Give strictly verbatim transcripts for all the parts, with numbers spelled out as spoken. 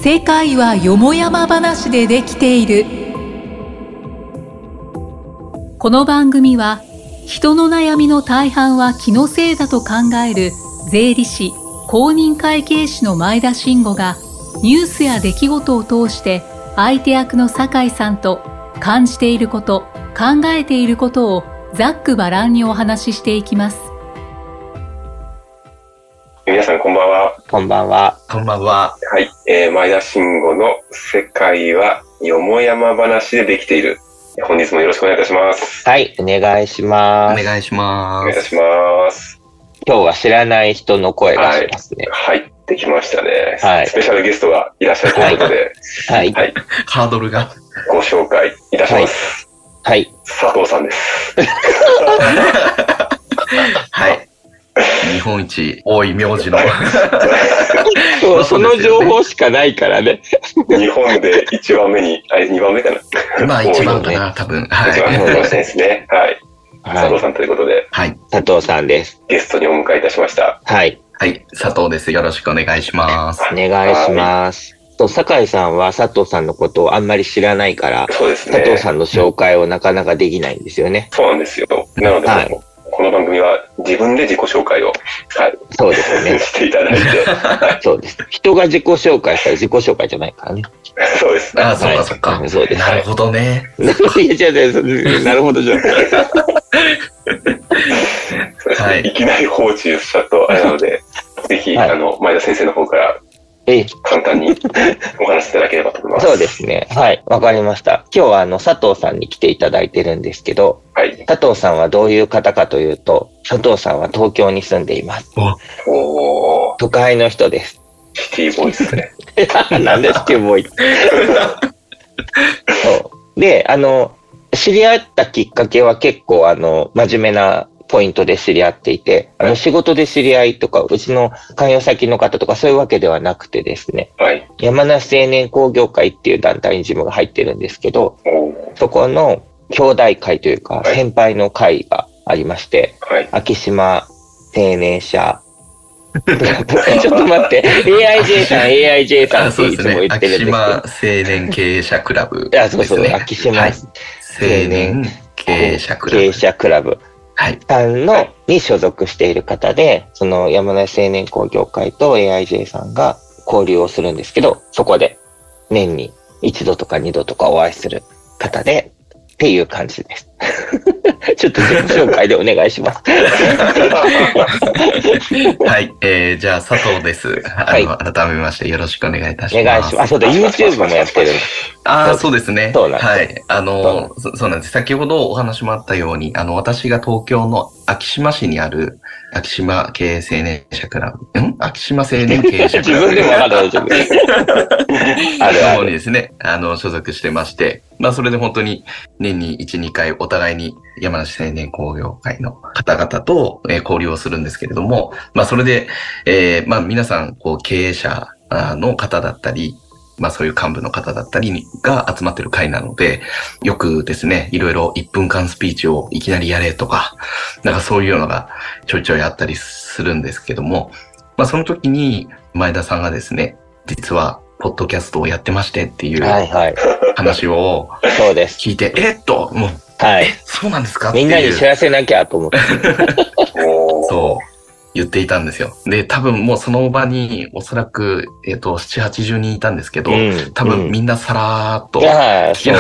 世界はよもやま話でできている。この番組は人の悩みの大半は気のせいだと考える税理士公認会計士の前田慎吾がニュースや出来事を通して相手役の酒井さんと感じていること、考えていることをざっくばらんにお話ししていきます。 皆さんこんばんは。 こんばんは。 こんばんは。 はい、えー、前田慎吾の世界はよもやま話でできている。本日もよろしくお願いいたします。 はい、お願いします。 お願いします。 お願いいたします。 今日は知らない人の声がしますね。 はい、入ってきましたね。 はい。 スペシャルゲストがいらっしゃるということで、 はい。はい。 ハードルがご紹介いたします。 はい。はい、 佐藤さんです。 はい。日本一多い名字のそう、その情報しかないからね。 日本でいちばんめに、あれにばんめかな。 まあいちばんかな、多分。はい。 一番かもしれないですね。はい。佐藤さんということで。 はい。 佐藤さんです。 ゲストにお迎えいたしました。 はい。 はい。佐藤です。よろしくお願いします。 お願いします。と、酒井さんは佐藤さんのことをあんまり知らないから、 そうですね。 佐藤さんの紹介をなかなかできないんですよね。 そうなんですよ。なので、はい、この番組は自分で自己紹介を、はい、 そうですね。 していただいて、はい、 そうです。人が自己紹介したら自己紹介じゃないからね。 そうです。 ああ、そうかそうか。 そうです。 なるほどね。 いや、じゃあ、なるほどじゃん。 はい。いきなり放置しちゃうとあれなので、ぜひ、はい、あの前田先生の方から。ええ、簡単にお話しいただければと思います。 そうですね。はい。わかりました。今日はあの、佐藤さんに来ていただいてるんですけど、はい。佐藤さんはどういう方かというと、佐藤さんは東京に住んでいます。おお。都会の人です。 シティボーイですね。 なんでシティボーイそう。で、あの、知り合ったきっかけは結構あの、真面目なポイントで知り合っていて、あの仕事で知り合いとか、うちの関与先の方とかそういうわけではなくてですね、はい、山梨青年工業会っていう団体に自分が入ってるんですけど、そこの兄弟会というか、先輩の会がありまして、はい、昭島青年社、ちょっと待って、エーアイジェー さん、エーアイジェー さんっていつも言ってるんですけど。 昭島青年経営者クラブ、 ね。あ、そうそう、昭島、はい、 青年経営者クラブ。 経営者クラブ。はい。さんの、に所属している方で、その山梨青年工業会と エーアイジェー さんが交流をするんですけど、そこで年に一度とか二度とかお会いする方で、っていう感じです。ちょっと自己紹介でお願いします。 はい、えー、じゃあ佐藤です。あの、はい、改めましてよろしくお願いいたします。 お願いします。あ、そうだ、YouTube もやってるんです。 ああ、そうですね。 そうなんです。 はい。あのそ、そうなんです。先ほどお話もあったように、あの、私が東京の昭島市にある、昭島経営青年者クラブ、ん昭島青年経営者クラブ。 自分でもわかる自分で。 あるある。にですね、あの、所属してまして、まあ、それで本当に年にいち、にかいお互いに山梨青年工業会の方々と、えー、交流をするんですけれども、まあ、それで、えー、まあ、皆さん、こう、経営者の方だったり、まあそういう幹部の方だったりが集まってる会なので、よくですね、いろいろいっぷんかんスピーチをいきなりやれとか、なんかそういうのがちょいちょいあったりするんですけども、まあその時に前田さんがですね、実はポッドキャストをやってましてっていう話を聞いて、はいはい、えっと、もう、はい、え、そうなんですかっていう。 みんなに知らせなきゃと思って。 そう。言っていたんですよ。で、多分もうその場におそらく、えっと、なな、はちじゅうにんいたんですけど、うん、多分みんなさらーっと。 いやそう、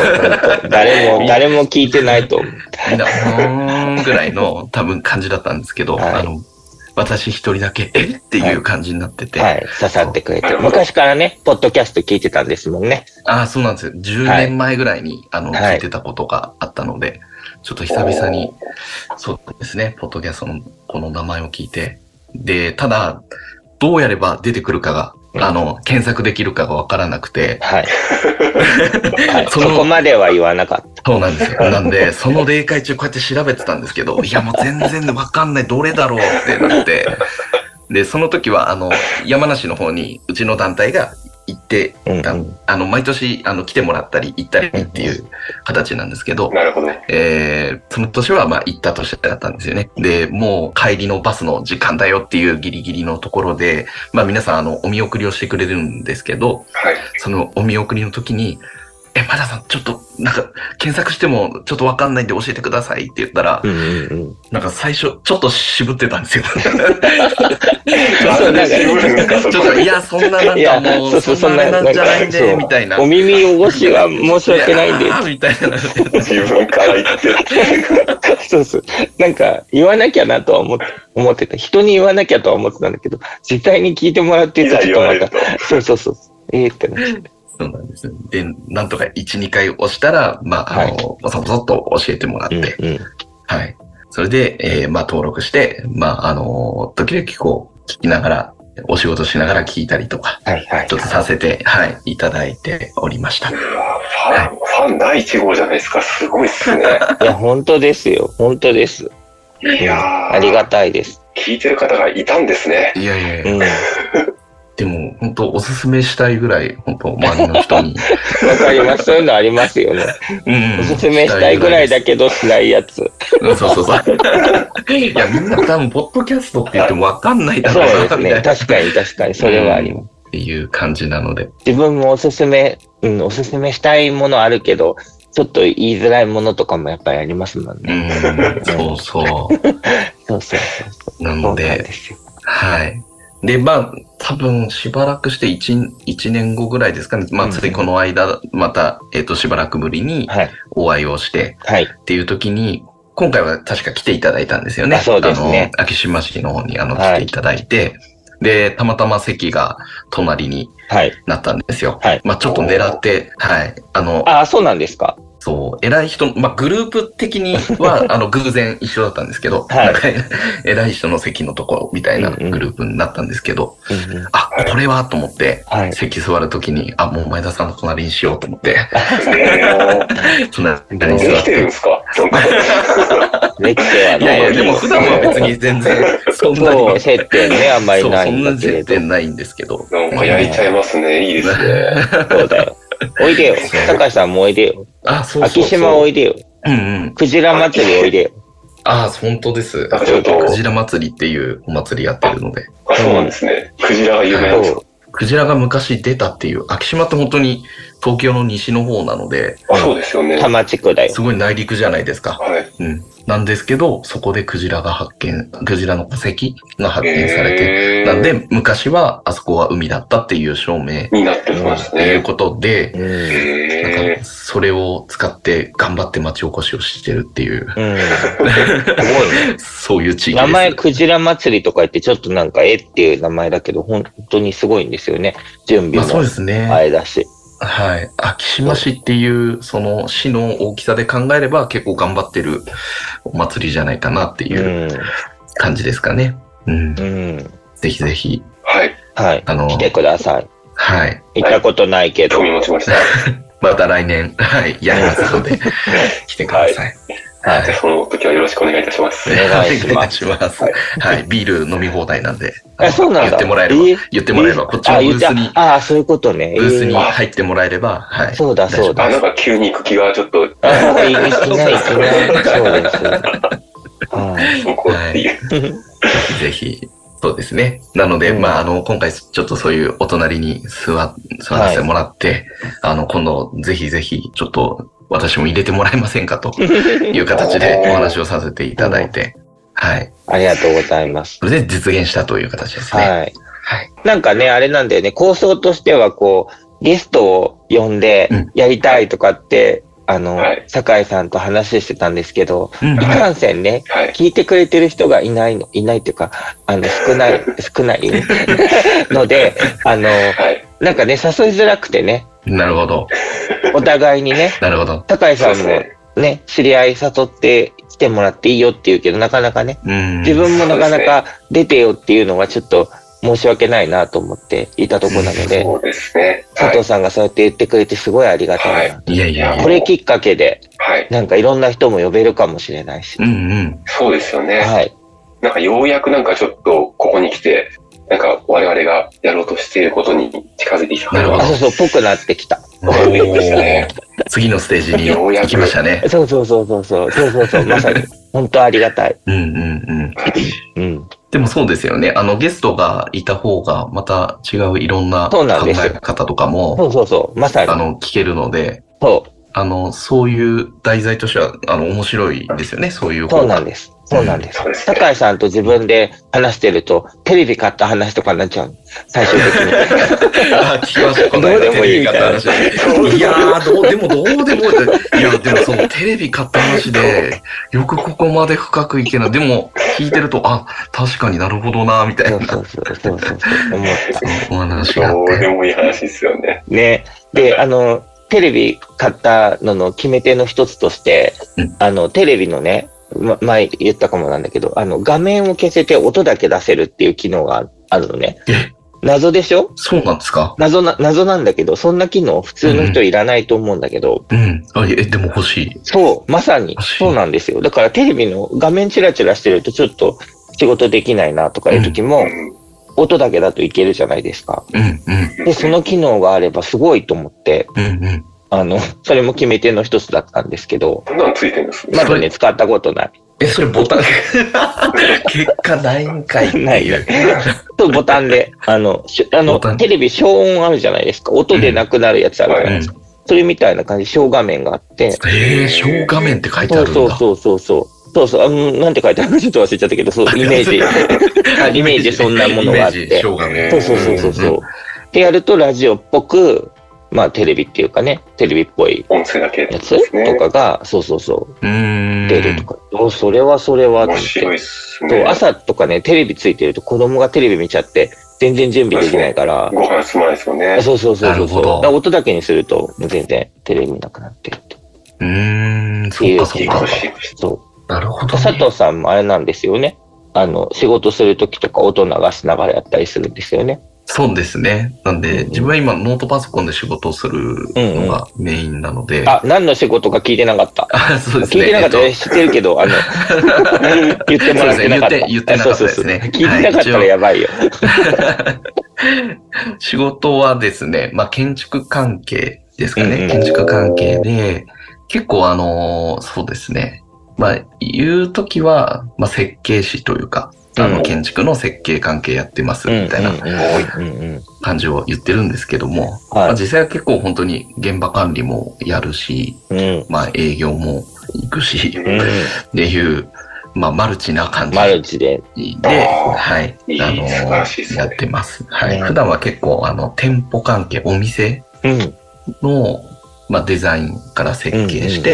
誰も、誰も聞いてないと思う。 みんな、うーんぐらいの多分感じだったんですけど、はい、あの、私一人だけ、えっていう感じになってて。 はい、はい、刺さってくれて。昔からね、ポッドキャスト聞いてたんですもんね。 ああ、そうなんですよ。じゅうねんまえぐらいに、はい、あの、聞いてたことがあったので、ちょっと久々に、そうですね、ポッドキャストのこの名前を聞いて、で、ただ、どうやれば出てくるかが、うん、あの、検索できるかがわからなくて。はい。 はい、そ, そこまでは言わなかった。 そうなんですよ。なんで、その例会中こうやって調べてたんですけど、いやもう全然わかんない、どれだろうってなって。で、その時は、あの、山梨の方に、うちの団体が行ってた、うんうん、あの、毎年、あの、来てもらったり行ったりっていう形なんですけど、 なるほど。 えー、その年はまあ行った年だったんですよね。で、もう帰りのバスの時間だよっていうギリギリのところで、まあ皆さん、あの、お見送りをしてくれるんですけど、はい、そのお見送りの時に、え、前田さん、ちょっと、なんか、検索しても、ちょっとわかんないんで教えてくださいって言ったら、うんうんうん、なんか最初、ちょっと渋ってたんですよ。ちょっと、いや、そんななんかもう、そんなあれなんじゃないんで、みたいな。 お耳汚しは申し訳ないんで。 みたいな。 自分から言ってる。 そうそう。なんか、言わなきゃなとは思って、思ってた。人に言わなきゃとは思ってたんだけど、実際に聞いてもらってると、ちょっとまた、そうそうそう。ええー、ってなっちゃって。 そうなんです。で、なんとかいち、にかい押したら、まあ、あの、ぼそぼそっと教えてもらって、うんうん、はい。それで、えー、まあ、登録して、まあ、あの、時々こう、聞きながら、お仕事しながら聞いたりとか、はいはい、ちょっとさせて、はい、いただいておりました。うわ、 ファン、はい、ファンだいいち号じゃないですか。すごいっすね。 いや、本当ですよ。本当です。 いやー、 ありがたいです。 聞いてる方がいたんですね。 いやいやいや。うんでも、本当おすすめしたいぐらい、本当周りの人に。 わかります。そういうのありますよね。うん、おすすめしたいぐらいだけど、しないやつ。 そうそうそう。いや、みんな多分、ポッドキャストって言ってもわかんないだろうな。 そうですね。確かに確かに、それはあります。 っていう感じなので。 自分もおすすめ、うん、おすすめしたいものあるけど、ちょっと言いづらいものとかもやっぱりありますもんね。 うん、そうそう。 そうそうそう。 なので、はい。で、まあ、多分、しばらくしていち、一年後ぐらいですかね。まあ、ついこの間、また、えっと、しばらくぶりにお会いをして、はい。っていう時に、今回は確か来ていただいたんですよね。 そうですね。 あの、昭島市の方に、あの、来ていただいて、はい、で、たまたま席が隣になったんですよ。はい。まあ、ちょっと狙って、はい。あの、 ああ、そうなんですか。 そう、偉い人、まあ、グループ的には、あの、偶然一緒だったんですけど、はい、なんか偉い人の席のところみたいなグループになったんですけど、うんうん、あ、これはと思って、はい、席座るときに、あ、もう前田さんの隣にしようと思って、 隣に座って。できてるんですかできてはない。 いやいや、でも普段は別に全然、そんなに。 そう、接点ね、あんまりないんだけれど。 そんな接点ないんですけど。 なんかやりちゃいますね、いいですね。 そうだよ。おいでよ。高橋さんもおいでよ。 あ、そうそうそう。 昭島おいでよ。 うんうん。 クジラ祭りおいでよ。 ああ、本当です。ちょっとクジラ祭りっていうお祭りやってるので。 あ、そうなんですね。クジラが有名なんですか？ クジラが昔出たっていう、昭島って本当に東京の西の方なので。 あ、そうですよね。 多摩地区だよ。 すごい内陸じゃないですか。 はい。 うん。なんですけど、そこでクジラが発見、クジラの化石が発見されて、なんで昔はあそこは海だったっていう証明になってますね。 っていうことで、なんかそれを使って頑張って町おこしをしてるっていう、うん、そういう地域です。 名前クジラ祭りとか言ってちょっとなんかえっていう名前だけど、本当にすごいんですよね。準備もあれだし。 はい。昭島市っていう、その市の大きさで考えれば結構頑張ってるお祭りじゃないかなっていう感じですかね。うん。うん、ぜひぜひ。 はい。 はい。あの、来てください。 はい。 行ったことないけど。 興味持ちました。 また来年、はい、やりますので、来てください。 はい。じゃあその時はよろしくお願いいたします。 お願いします。 はい。ビール飲み放題なんで。 あ、そうなんだ。 言ってもらえれば、言ってもらえれば、こっちのブースに。 ああ、そういうことね。 ブースに入ってもらえれば、はい。 そうだ、そうだ。 あ、なんか急に行く気がちょっと。 ああ、いいですね、いいですね。そうです。 はい。そこっていう。 ぜひ。そうですね。なので、うん、まあ、あの、今回ちょっとそういうお隣に座、座らせてもらって、はい、あの、今度、ぜひぜひ、ちょっと、私も入れてもらえませんかという形でお話をさせていただいて、はい。 ありがとうございます。 それで実現したという形ですね。はい。はい。 なんかね、あれなんだよね、構想としては、こう、ゲストを呼んでやりたいとかって、うん、あの、はい、酒井さんと話してたんですけど、うん、いかんせんね、はい、聞いてくれてる人がいないの、いないっていうか、あの、少ない、少ないので、あの、はい、なんかね、誘いづらくてね。 なるほど。 お互いにね。 なるほど。 酒井さんもね、知り合い誘って来てもらっていいよって言うけど、なかなかね、自分もなかなか出てよっていうのはちょっと申し訳ないなと思っていたところなので、 そうですね。 佐藤さんがそうやって言ってくれてすごいありがたいな。はい、 いやいや。 これきっかけで、はい、なんかいろんな人も呼べるかもしれないし。 うんうん。 そうですよね。 はい。 なんかようやくなんかちょっとここに来て、 なんか我々がやろうとしていることに近づいてきた。 なるほど。そうそう、ぽくなってきた。 ね、次のステージに行きましたね。 そうそうそうそうそう。そうそうそう。まさに。本当ありがたい。 うんうんうん。うん。でもそうですよね。あの、ゲストがいた方が、また違ういろんな考え方とかも、 そうそうそう。まさに。 あの、聞けるので、 そう。 あの、そういう題材としては、あの、面白いですよね。そういう方が。 そうなんです。そうなんです。うん、高井さんと自分で話してると、テレビ買った話とかになっちゃう。最終的に。 あ、聞きました。この間テレビ買った話。いやー、どうでもどうでもいい。いや、でもそのテレビ買った話で、よくここまで深くいけない。でも、聞いてると、あ、確かになるほどな、みたいな。 そうそうそうそうそう。思った。 お話があって。 どうでもいい話ですよね。 ね。で、あの、テレビ買ったのの決め手の一つとして、うん、あの、テレビのね、ま、前言ったかもなんだけど、あの、画面を消せて音だけ出せるっていう機能があるのね。謎でしょ？ そうなんですか？ 謎な、謎なんだけど、そんな機能普通の人いらないと思うんだけど。 うん。うん、あ、え、でも欲しい。 そう、まさに。そうなんですよ。だからテレビの画面チラチラしてるとちょっと仕事できないなとかいう時も、うん、音だけだといけるじゃないですか。 うんうん。 で、その機能があればすごいと思って、 うんうん。 あの、それも決め手の一つだったんですけど。 そんなのついてるんですね。まだね、使ったことない。 え、それボタン結果ないんかいっていう。 ない。そう、ボタンで。あの、あの、テレビ消音あるじゃないですか。音でなくなるやつあるじゃないですか。うん、それみたいな感じ、小画面があって。 へえ、小画面って書いてあるんだ。 そうそうそうそう。そうそう、あの、なんて書いてあるかちょっと忘れちゃったけど、そう、イメージ。イメージそんなものがあって。 小画面。 そうそうそうそうそう。でやるとラジオっぽく、まあテレビっていうかね、テレビっぽい音声だけやつとかが、そうそうそう、出るとか。お、それはそれは。 面白いっすね。 そう、朝とかね、テレビついてると子供がテレビ見ちゃって、全然準備できないから。 ご飯進まないですよね。 そうそうそうそうそう。だ音だけにすると、全然テレビ見なくなってると。 うーん、そうかそうか。 そう。 なるほど、 ね。佐藤さんもあれなんですよね。あの、仕事するときとか音流しながらやったりするんですよね。 そうですね。なんで、うん、自分は今ノートパソコンで仕事をするのがメインなので。 うんうん、あ、何の仕事か聞いてなかった。 あ、そうですね。 聞いてなかった。えっと、知ってるけど、あの、言ってもらってなかった。 言って、言ってなかったですね。 そうそうそう聞いてなかったらやばいよ。 仕事はですね、まあ、建築関係ですかね。うんうん、建築関係で、結構あの、そうですね。まあ、言うときは、まあ、設計士というか、あの、建築の設計関係やってます、みたいな感じを言ってるんですけども、まあ、実際は結構本当に現場管理もやるし、うん、まあ、営業も行くし、うん、っていう、まあ、マルチな感じで。 マルチで。 で、はい。あの、やってます。はい。普段は結構、あの、店舗関係、お店の、まあ、デザインから設計して、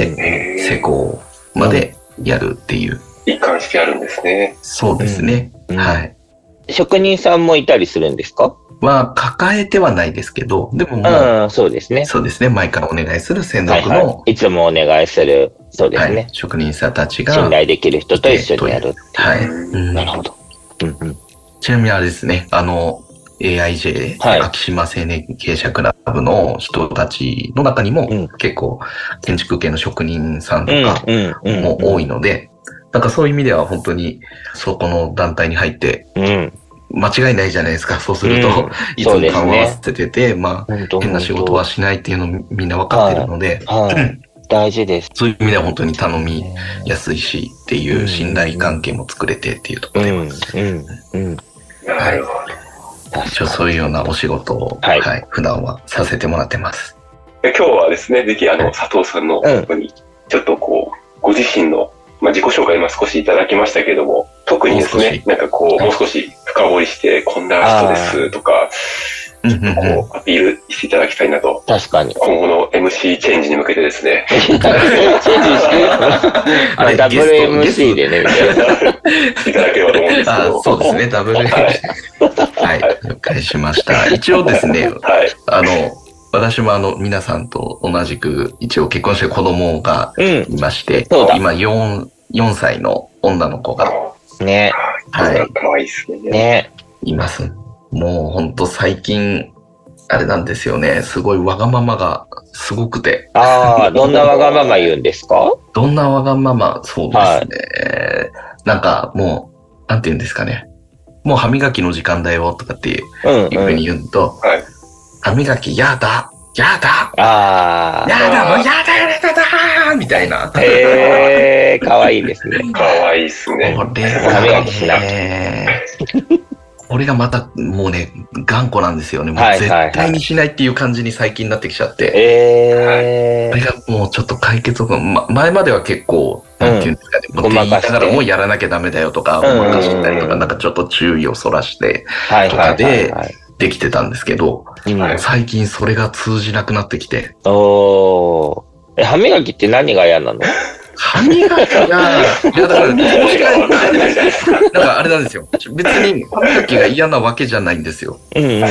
施工までやるっていう。 一貫してあるんですね。 そうですね。うん、はい。 職人さんもいたりするんですか？ まあ、抱えてはないですけど、でももう、 あ、そうですね。 そうですね。前からお願いする専属の、 はいはい、いつもお願いする、そうですね。はい、 職人さんたちが。 信頼できる人と一緒にやる。 はい。うん、 なるほど、うんうん。 ちなみにあれですね、あの、エーアイジェー、はい、昭島青年経営者クラブの人たちの中にも、うん、結構建築系の職人さんとかも多いので、なんかそういう意味では本当にそこの団体に入って、間違いないじゃないですか。そうすると、うん、いつも顔を合わせてて、ね、まあ、変な仕事はしないっていうのをみんな分かってるので、 はいはい、大事です。 そういう意味では本当に頼みやすいしっていう信頼関係も作れてっていうところでます。 うんうんうん、 なるほど。一応そういうようなお仕事を、はいはい、普段はさせてもらってます。 今日はですね、ぜひあの、佐藤さんの本当に、ちょっとこう、ご自身の、まあ、自己紹介も少しいただきましたけども、特にですね、なんかこう、もう少し深掘りして、こんな人ですとか、ちょっとこう、アピールしていただきたいなと。 確かに。 今後の エムシー チェンジに向けてですね。 チェンジしてあれ、ダブル エムシー でね、 いただければと思うんですけど。 そうですね、ダブル エムシー。はい、了解しました。一応ですね、はい、あの、私もあの、皆さんと同じく、一応結婚して子供がいまして、うん、今よん、よんさいの女の子が。 ね。 はい。かわいいですね。 ね。 います。もうほんと最近、あれなんですよね。すごいわがままがすごくて。 ああ、どんなわがまま言うんですか？ どんなわがまま、そうですね。はい、なんかもう、なんて言うんですかね。 もう歯磨きの時間だよとかっていうふうに言うと、うんうん、はい、歯磨きやだやだあやだもうやだやだやだみたいな。 へー、かわいいですね。 かわいいですね。 これ歯磨きしなくて。 これがまたもうね、頑固なんですよね。もう絶対にしないっていう感じに最近になってきちゃって。えー、これがもうちょっと解決を、ま、前までは結構、なんていうんですかね、うん、って言いながらもうやらなきゃダメだよとか、ごまかしたりとか、なんかちょっと注意をそらして、とかでできてたんですけど、最近それが通じなくなってきて。 おー。え、歯磨きって何が嫌なの？ 歯磨きが、いやだから、なんかあれなんですよ。別に歯磨きが嫌なわけじゃないんですよ。うんうんうん。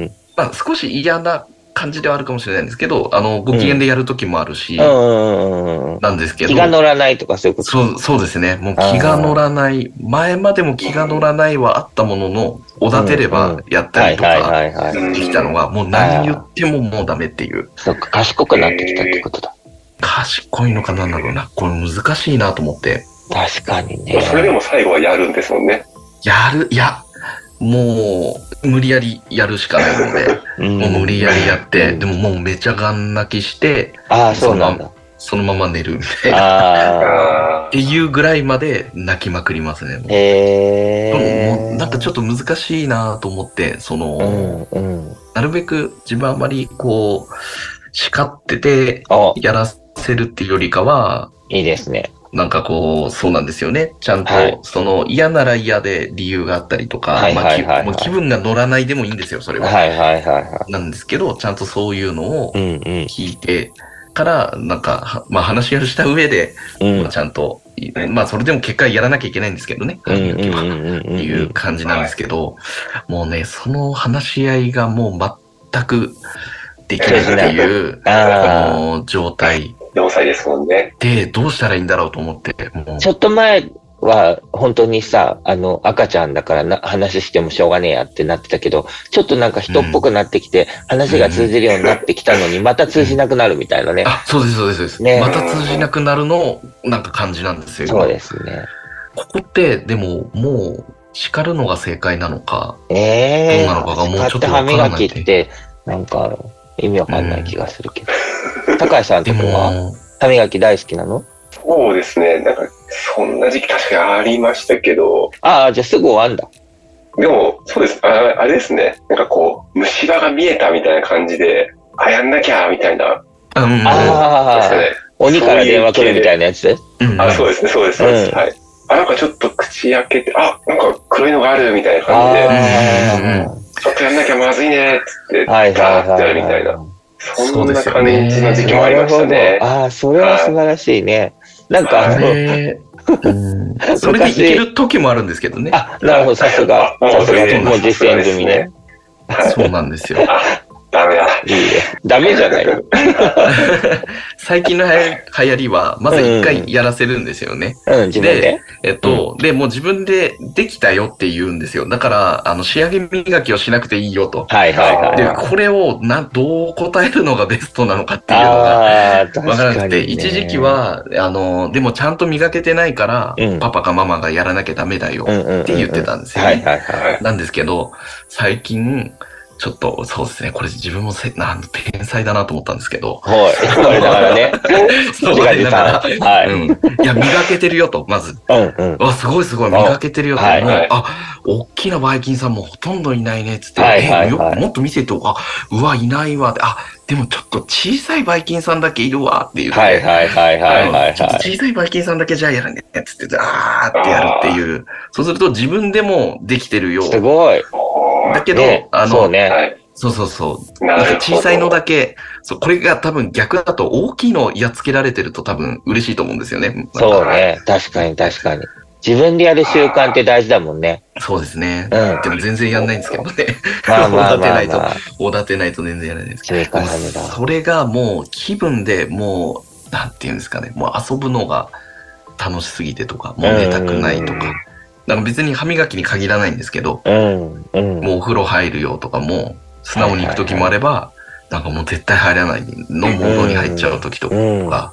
まあ少し嫌な感じではあるかもしれないんですけど、あの、ご機嫌でやるときもあるし、なんですけど。 気が乗らないとかそういうこと？ そう、そうですね。もう気が乗らない。前までも気が乗らないはあったものの、おだてればやったりとかできたのが、もう何言ってももうダメっていう。 そっか、賢くなってきたってことだ。 賢いのかなんだろうな。これ難しいなと思って。 確かにね。 それでも最後はやるんですもんね。 やる、いや、もう、無理やりやるしかないので、もう無理やりやって、でももうめちゃがん泣きして、 ああ、そうなんだ。 そのまま寝るみたいな。っていうぐらいまで泣きまくりますね。へー。もうなんかちょっと難しいなと思って、その、うんうん、なるべく自分あまりこう、叱ってて、やらせるっていうよりかは、 いいですね。 なんかこう、そうなんですよね。ちゃんと、はい、その嫌なら嫌で理由があったりとか、気分が乗らないでもいいんですよ、それは。はいはいはいはい。なんですけど、ちゃんとそういうのを聞いてから、なんか、まあ話をした上で、うんまあ、ちゃんと、まあそれでも結果やらなきゃいけないんですけどね、歯磨きは。っていう感じなんですけど、もうね、その話し合いがもう全くできないっていう、この状態。 よんさいですもんね。 で、どうしたらいいんだろうと思って。 もうちょっと前は、本当にさ、あの、赤ちゃんだからな話してもしょうがねえやってなってたけど、ちょっとなんか人っぽくなってきて、うん、話が通じるようになってきたのに、また通じなくなるみたいなね。 あ、そうです、そうです、そうです。ね、また通じなくなるの、なんか感じなんですよ。 そうですね。 ここって、でも、もう、叱るのが正解なのか、ええー、どうなのかがもうちょっとわからない。 歯磨きって、なんか、意味わかんない気がするけど。うん、高橋さんとこは歯磨き大好きなの？ そうですね。なんか、そんな時期確かにありましたけど。 ああ、じゃあすぐ終わんだ。 でも、そうです。あ, あれですね。なんかこう、虫歯が見えたみたいな感じで、あ、やんなきゃ、みたいな。 うん、ああ、ね、鬼から電話来るみたいなやつ？ あ、そうですね、そうです、そうです。うん、はい。あ、なんかちょっと口開けて、あ、なんか黒いのがあるみたいな感じで、ちょっとやんなきゃまずいね、つって、ガーってやるみたいな。そんな感じの時期もありましたね。 ああ、それは素晴らしいね。なんかあの、 うん、それでいける時もあるんですけどね。 あ、なるほど、さすが。さすが、もう実践済みね。 そうなんですよ。 ダメだ。 いいね。ダメじゃないよ。 最近の流行りは、まず一回やらせるんですよね。 うん、うん、自分で。 で、えっと、うん、で、もう自分でできたよって言うんですよ。だから、あの、仕上げ磨きをしなくていいよと。 はいはいはい。 で、これを、な、どう答えるのがベストなのかっていうのが、わからなくて、一時期は、あの、でもちゃんと磨けてないから、うん、パパかママがやらなきゃダメだよって言ってたんですよね。はいはいはい。なんですけど、最近、ちょっと、そうですね。これ自分もせ、なん天才だなと思ったんですけど。 はい。これだからね。 そうだから、はい。うん。いや、磨けてるよと、まず。うんうん。あ、すごいすごい、磨けてるよと。はい、はい。あ、大きなバイキンさんもほとんどいないね、つって。はいはいはい、え、もっと見せておあ、うわ、いないわって。あ、でもちょっと小さいバイキンさんだけいるわっていう。 はいはいはいはいはい、はい。 ちょっと小さいバイキンさんだけじゃあやらねえ、つって、あーってやるっていう。そうすると自分でもできてるよ。 すごい。 だけど、 ね、 あの、 そうね。 そうそうそう。なんか小さいのだけ、そう、これが多分逆だと大きいのをやっつけられてると多分嬉しいと思うんですよね。 そうね。確かに確かに。自分でやる習慣って大事だもんね。 そうですね。うん。でも全然やんないんですけどね。まあまあまあまあ、おだてないと、おだてないと全然やらないんですけど。それがもう気分でもう、なんていうんですかね。もう遊ぶのが楽しすぎてとか、もう寝たくないとか。なんか別に歯磨きに限らないんですけど、うんうん、もうお風呂入るよとかも、素直に行く時もあれば、はいはいはい、なんかもう絶対入らないのモードに入っちゃう時とか、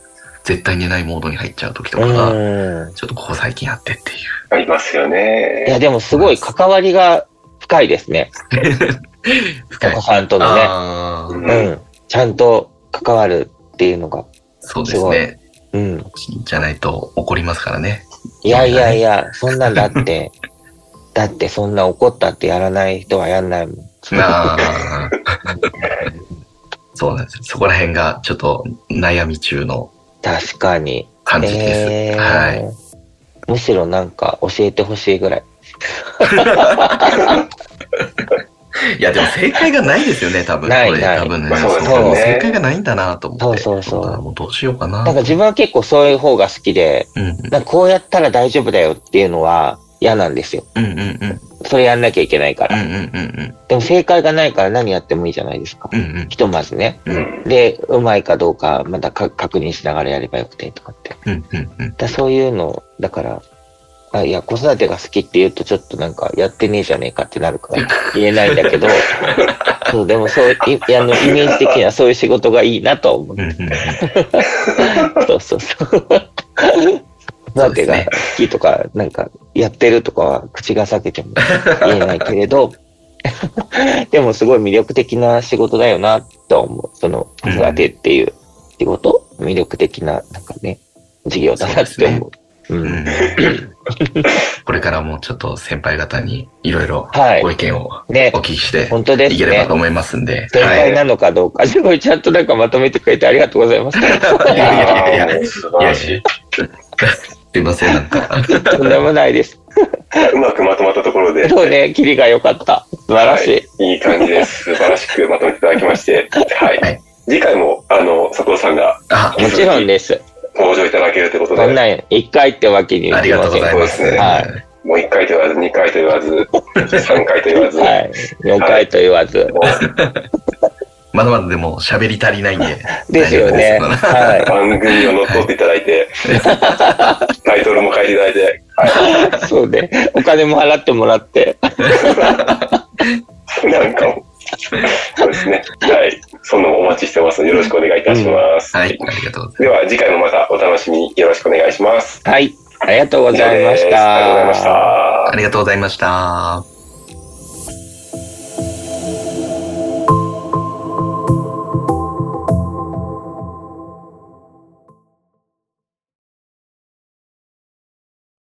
絶対寝ないモードに入っちゃう時とかが、ちょっとここ最近あってっていう。 ありますよね。 いや、でもすごい関わりが深いですね。 深い。 お子さんとのね。うん。ちゃんと関わるっていうのが。 そうですね。 うん。 じゃないと怒りますからね。 いやいやいや、そんなんだって、だってそんな怒ったってやらない人はやんないもん。 ああ。そうなんです。そこら辺がちょっと悩み中の確かに感じです。えー、はい。 むしろなんか教えてほしいぐらい。 いやでも正解がないですよね、多分。 ないない。 多分ね。そうそう。正解がないんだなと思って。 そうそうそう。 もうどうしようかな。 なんか自分は結構そういう方が好きで、うん、なんかこうやったら大丈夫だよっていうのは嫌なんですよ。 うんうんうん。 それやんなきゃいけないから。 うんうんうんうん。 でも正解がないから何やってもいいじゃないですか。うんうん、ひとまずね、うん。で、うまいかどうかまたか確認しながらやればよくてとかって。うんうんうん、だそういうの、だから、あ、いや、子育てが好きって言うとちょっとなんかやってねえじゃねえかってなるから言えないんだけど、そう、でもそう、いあの、イメージ的にはそういう仕事がいいなと思う。そうそうそう。子育てが好きとか、なんかやってるとかは口が裂けても言えないけれど、でもすごい魅力的な仕事だよなと思う。その子育てっていう仕事、魅力的な、なんかね、事業だなって思う。うん、 これからもちょっと先輩方にいろいろご意見をお聞きしていければと思いますんで。 正解なのかどうか、すごいちゃんとなんかまとめてくれてありがとうございます。いやいやいやいや、素晴らしい。すいません、なんか。 とんでもないです。 うまくまとまったところで。 そうね、キリが良かった。素晴らしい。はい、 いい感じです。素晴らしくまとめていただきまして。はい。はい、次回も、あの、佐藤さんが。 あ、もちろんです。 登場いただけるということで。 こんな一回ってわけにはいきません。ありがとうございます。ね、 はい。もう一回と言わず、二回と言わず、三回と言わず。 はい。四回と言わず。 まだまだでも喋り足りないんで。 ですよね。 はい。番組を乗っ取っていただいて、タイトルも書いていただいて。 はい、そうね。お金も払ってもらって。 なんかも。そうですね。はい。そんなのお待ちしてますのでよろしくお願いいたします。 うん、はい。ありがとうございます。 では次回もまたお楽しみによろしくお願いします。 はい。ありがとうございました。 ありがとうございました。 ありがとうございました。